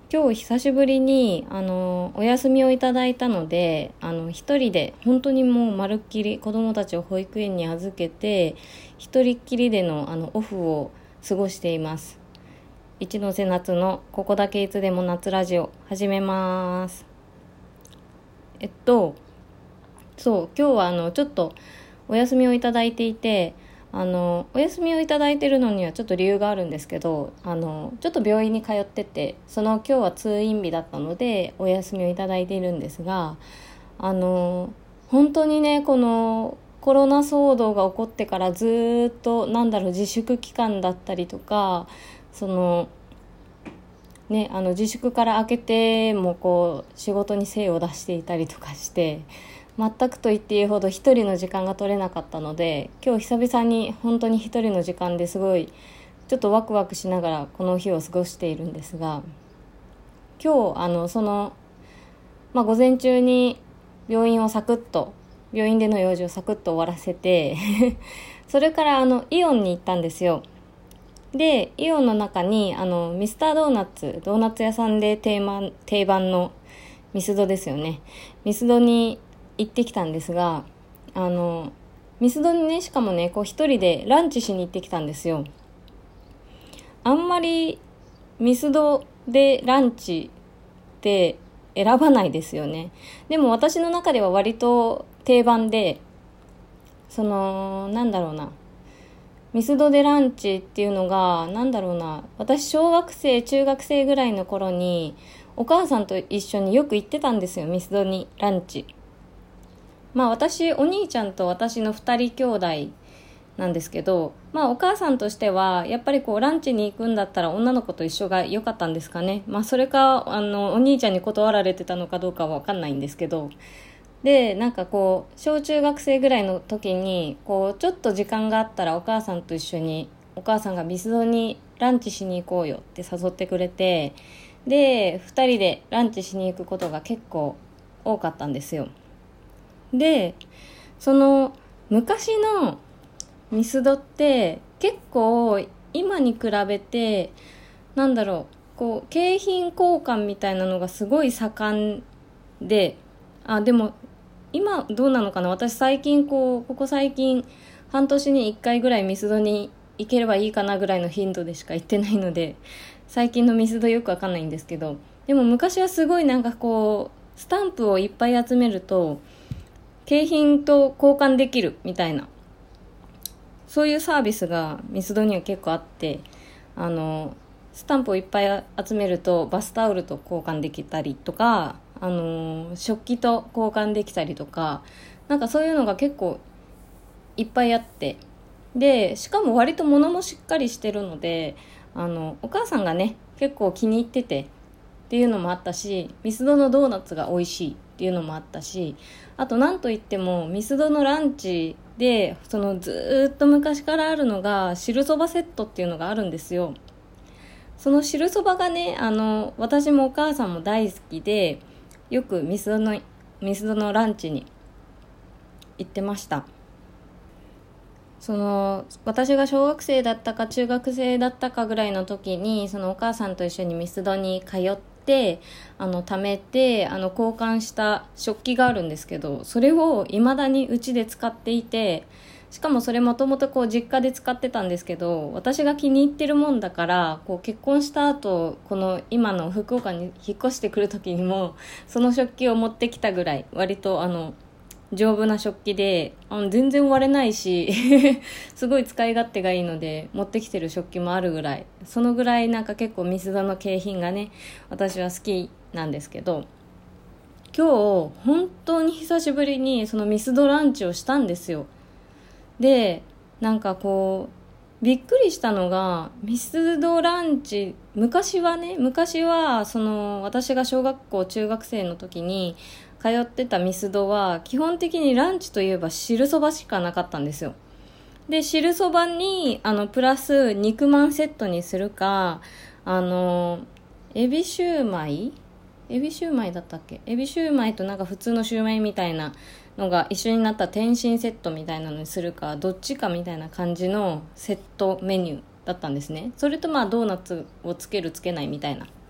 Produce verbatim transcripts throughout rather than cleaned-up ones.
今日久しぶりにあのお休みをいただいたので、あの一人で本当にもうまるっきり子どもたちを保育園に預けて一人っきりでのあのオフを過ごしています。一ノ瀬夏のここだけいつでも夏ラジオ始めます。えっとそう今日はあのちょっとお休みをいただいていて、あのお休みをいただいているのにはちょっと理由があるんですけど、あのちょっと病院に通ってて、その今日は通院日だったのでお休みをいただいているんですが、あの本当にね、このコロナ騒動が起こってからずっとなんだろう自粛期間だったりとか、そのね、あの自粛から明けてもこう仕事に精を出していたりとかして、全くと言っていいほど一人の時間が取れなかったので、今日久々に本当に一人の時間ですごいちょっとワクワクしながらこの日を過ごしているんですが、今日あのその、まあ、午前中に病院をサクッと病院での用事をサクッと終わらせてそれからあのイオンに行ったんですよ。でイオンの中にあのミスタードーナツドーナツ屋さんで定番、定番のミスドですよね。ミスドに行ってきたんですが、あのミスドにね、しかもねこう一人でランチしに行ってきたんですよ。あんまりミスドでランチって選ばないですよね。でも私の中では割と定番で、そのなんだろうなミスドでランチっていうのがなんだろうな私小学生中学生ぐらいの頃にお母さんと一緒によく行ってたんですよ、ミスドにランチ。まあ私お兄ちゃんと私のふたり兄弟なんですけど、まあお母さんとしてはやっぱりこうランチに行くんだったら女の子と一緒が良かったんですかね。まあそれかあのお兄ちゃんに断られてたのかどうかは分かんないんですけど、でなんかこう小中学生ぐらいの時にこうちょっと時間があったらお母さんと一緒にお母さんがミスドにランチしに行こうよって誘ってくれて、でふたりでランチしに行くことが結構多かったんですよ。でその昔のミスドって結構今に比べてなんだろうこう景品交換みたいなのがすごい盛んで、あでも今どうなのかな、私最近こうここ最近半年にいっかいぐらいミスドに行ければいいかなぐらいの頻度でしか行ってないので、最近のミスドよくわかんないんですけど、でも昔はすごいなんかこうスタンプをいっぱい集めると景品と交換できるみたいな、そういうサービスがミスドには結構あって、あのスタンプをいっぱい集めるとバスタオルと交換できたりとか、あの食器と交換できたりとか、なんかそういうのが結構いっぱいあって、でしかも割と物もしっかりしてるので、あのお母さんがね結構気に入っててっていうのもあったし、ミスドのドーナツが美味しいっていうのもあったし、あとなんといってもミスドのランチでそのずっと昔からあるのが汁そばセットっていうのがあるんですよ。その汁そばがね、あの私もお母さんも大好きで、よくミスドのミスドのランチに行ってました。その私が小学生だったか中学生だったかぐらいの時に、そのお母さんと一緒にミスドに通ってあの貯めてあの交換した食器があるんですけど、それを未だにうちで使っていて、しかもそれもともとこう実家で使ってたんですけど、私が気に入ってるもんだからこう結婚した後この今の福岡に引っ越してくる時にもその食器を持ってきたぐらい、割とあの丈夫な食器で、あの全然割れないしすごい使い勝手がいいので持ってきてる食器もあるぐらい、そのぐらいなんか結構ミスドの景品がね私は好きなんですけど、今日本当に久しぶりにそのミスドランチをしたんですよ。でなんかこうびっくりしたのが、ミスドランチ昔はね昔はその私が小学校中学生の時に通ってたミスドは基本的にランチといえば汁そばしかなかったんですよ。で汁そばにあのプラス肉まんセットにするか、あのエビシューマイエビシューマイだったっけエビシューマイとなんか普通のシューマイみたいなのが一緒になった天津セットみたいなのにするか、どっちかみたいな感じのセットメニューだったんですね。それとまあドーナツをつけるつけないみたいな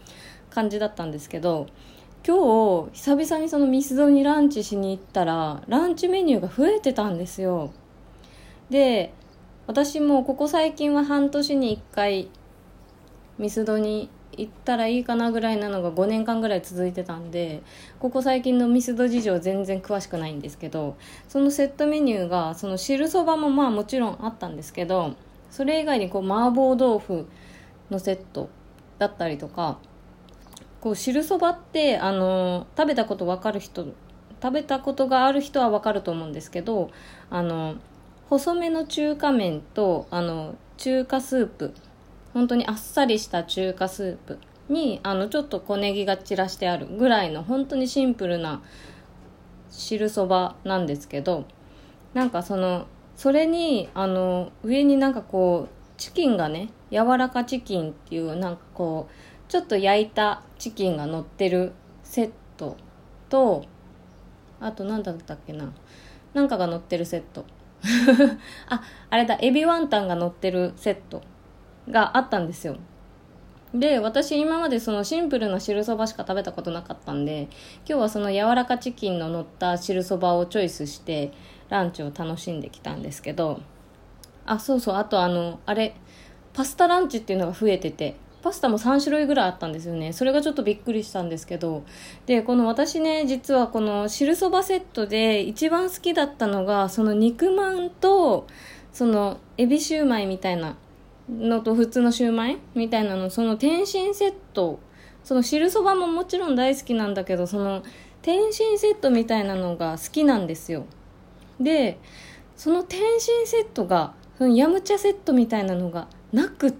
感じだったんですけど、今日久々にそのミスドにランチしに行ったらランチメニューが増えてたんですよ。で、私もここ最近は半年にいっかいミスドに行ったらいいかなぐらいなのがごねんかんぐらい続いてたんで、ここ最近のミスド事情全然詳しくないんですけど、そのセットメニューがその汁そばもまあもちろんあったんですけど、それ以外にこう麻婆豆腐のセットだったりとか、こう汁そばってあの食べたこと分かる人食べたことがある人は分かると思うんですけど、あの細めの中華麺とあの中華スープ、本当にあっさりした中華スープにあのちょっと小ネギが散らしてあるぐらいの本当にシンプルな汁そばなんですけど、なんかそのそれにあの上になんかこうチキンがね、柔らかチキンっていうなんかこうちょっと焼いたチキンが乗ってるセットと、あと何だったっけな、なんかが乗ってるセットあ、あれだ、エビワンタンが乗ってるセットがあったんですよ。で、私今までそのシンプルな汁そばしか食べたことなかったんで、今日はその柔らかチキンの乗った汁そばをチョイスしてランチを楽しんできたんですけど、あ、そうそう、あとあのあれパスタランチっていうのが増えてて、パスタもさん種類ぐらいあったんですよね。それがちょっとびっくりしたんですけど、でこの私ね、実はこの汁そばセットで一番好きだったのがその肉まんとそのエビシューマイみたいなのと普通のシューマイみたいなの、その天津セット、その汁そばももちろん大好きなんだけど、その天津セットみたいなのが好きなんですよ。でその天津セットが、そのヤムチャセットみたいなのがなくって、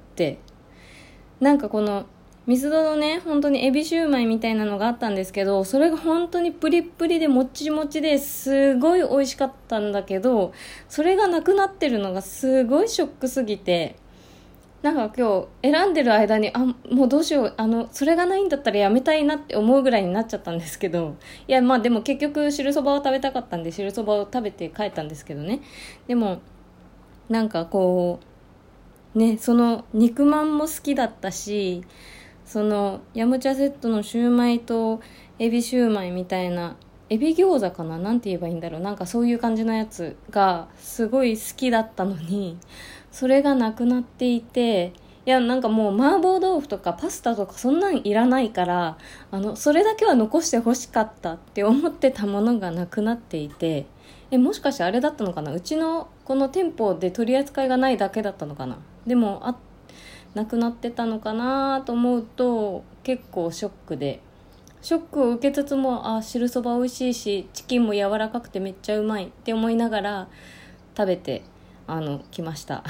なんかこのミスドのね、本当にエビシューマイみたいなのがあったんですけど、それが本当にプリップリでもっちもちですごい美味しかったんだけど、それがなくなってるのがすごいショックすぎて、なんか今日選んでる間に、あ、もうどうしよう、あのそれがないんだったらやめたいなって思うぐらいになっちゃったんですけど、いやまあでも結局汁そばを食べたかったんで汁そばを食べて帰ったんですけどね。でもなんかこうね、その肉まんも好きだったし、そのヤムチャセットのシューマイとエビシューマイみたいな、エビ餃子かな、なんて言えばいいんだろう、なんかそういう感じのやつがすごい好きだったのに、それがなくなっていて、いやなんかもう麻婆豆腐とかパスタとかそんなんいらないから、あのそれだけは残してほしかったって思ってたものがなくなっていて、えもしかしてあれだったのかな、うちのこの店舗で取り扱いがないだけだったのかな、でもあなくなってたのかなと思うと結構ショックで、ショックを受けつつも、あ、汁そば美味しいしチキンも柔らかくてめっちゃうまいって思いながら食べてあの来ました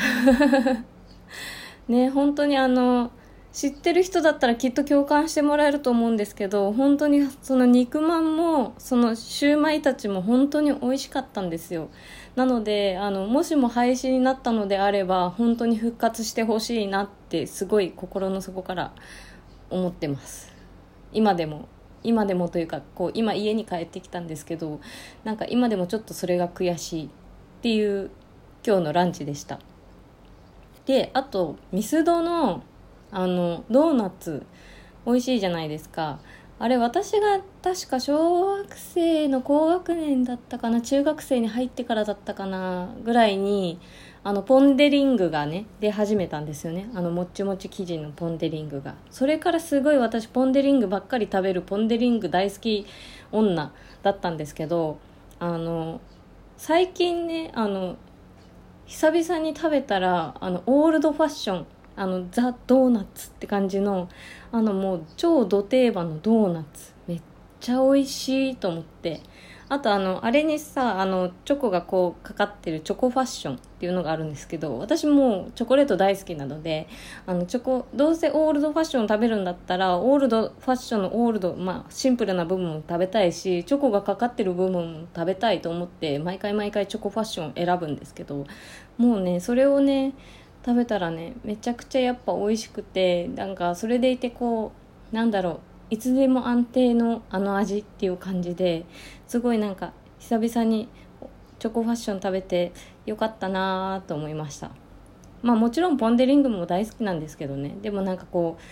ね、本当にあの知ってる人だったらきっと共感してもらえると思うんですけど、本当にその肉まんもそのシューマイたちも本当に美味しかったんですよ。なのであのもしも廃止になったのであれば本当に復活してほしいなってすごい心の底から思ってます。今でも今でもというかこう今家に帰ってきたんですけど、なんか今でもちょっとそれが悔しいっていう今日のランチでした。で、あとミスドのあのドーナツ美味しいじゃないですか。あれ私が確か小学生の高学年だったかな、中学生に入ってからだったかなぐらいにあのポン・デ・リングがね出始めたんですよね。あのもっちもち生地のポン・デ・リングが、それからすごい私ポン・デ・リングばっかり食べるポン・デ・リング大好き女だったんですけど、あの最近ねあの久々に食べたらあのオールドファッション、あのザ・ドーナツって感じのあのもう超ド定番のドーナツめっちゃ美味しいと思って、あとあのあれにさあのチョコがこうかかってるチョコファッションっていうのがあるんですけど、私もうチョコレート大好きなので、あのチョコどうせオールドファッション食べるんだったらオールドファッションのオールド、まあシンプルな部分も食べたいしチョコがかかってる部分も食べたいと思って毎回毎回チョコファッションを選ぶんですけど、もうねそれをね食べたらねめちゃくちゃやっぱ美味しくて、なんかそれでいてこうなんだろう、いつでも安定のあの味っていう感じですごいなんか久々にチョコファッション食べてよかったなと思いました。まあもちろんポン・デ・リングも大好きなんですけどね、でもなんかこう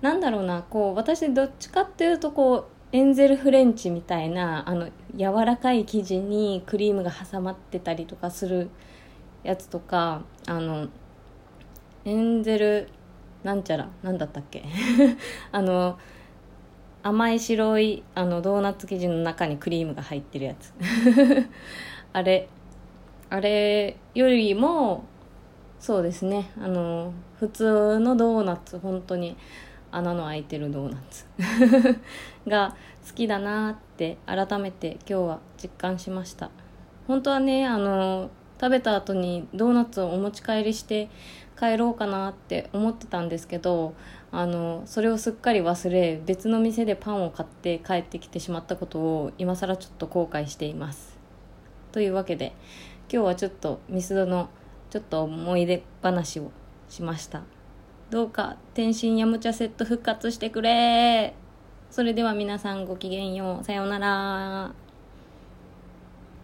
なんだろうな、こう私どっちかっていうとこうエンゼルフレンチみたいなあの柔らかい生地にクリームが挟まってたりとかするやつとか、あのエンゼルなんちゃらなんだったっけあの甘い白いあのドーナツ生地の中にクリームが入ってるやつあれあれよりもそうですね、あの普通のドーナツ、本当に穴の開いてるドーナツが好きだなって改めて今日は実感しました。本当はね、あの食べた後にドーナツをお持ち帰りして帰ろうかなって思ってたんですけど、あのそれをすっかり忘れ、別の店でパンを買って帰ってきてしまったことを今更ちょっと後悔しています。というわけで今日はちょっとミスドのちょっと思い出話をしました。どうか天津ヤムチャセット復活してくれ。それでは皆さんごきげんよう。さようなら。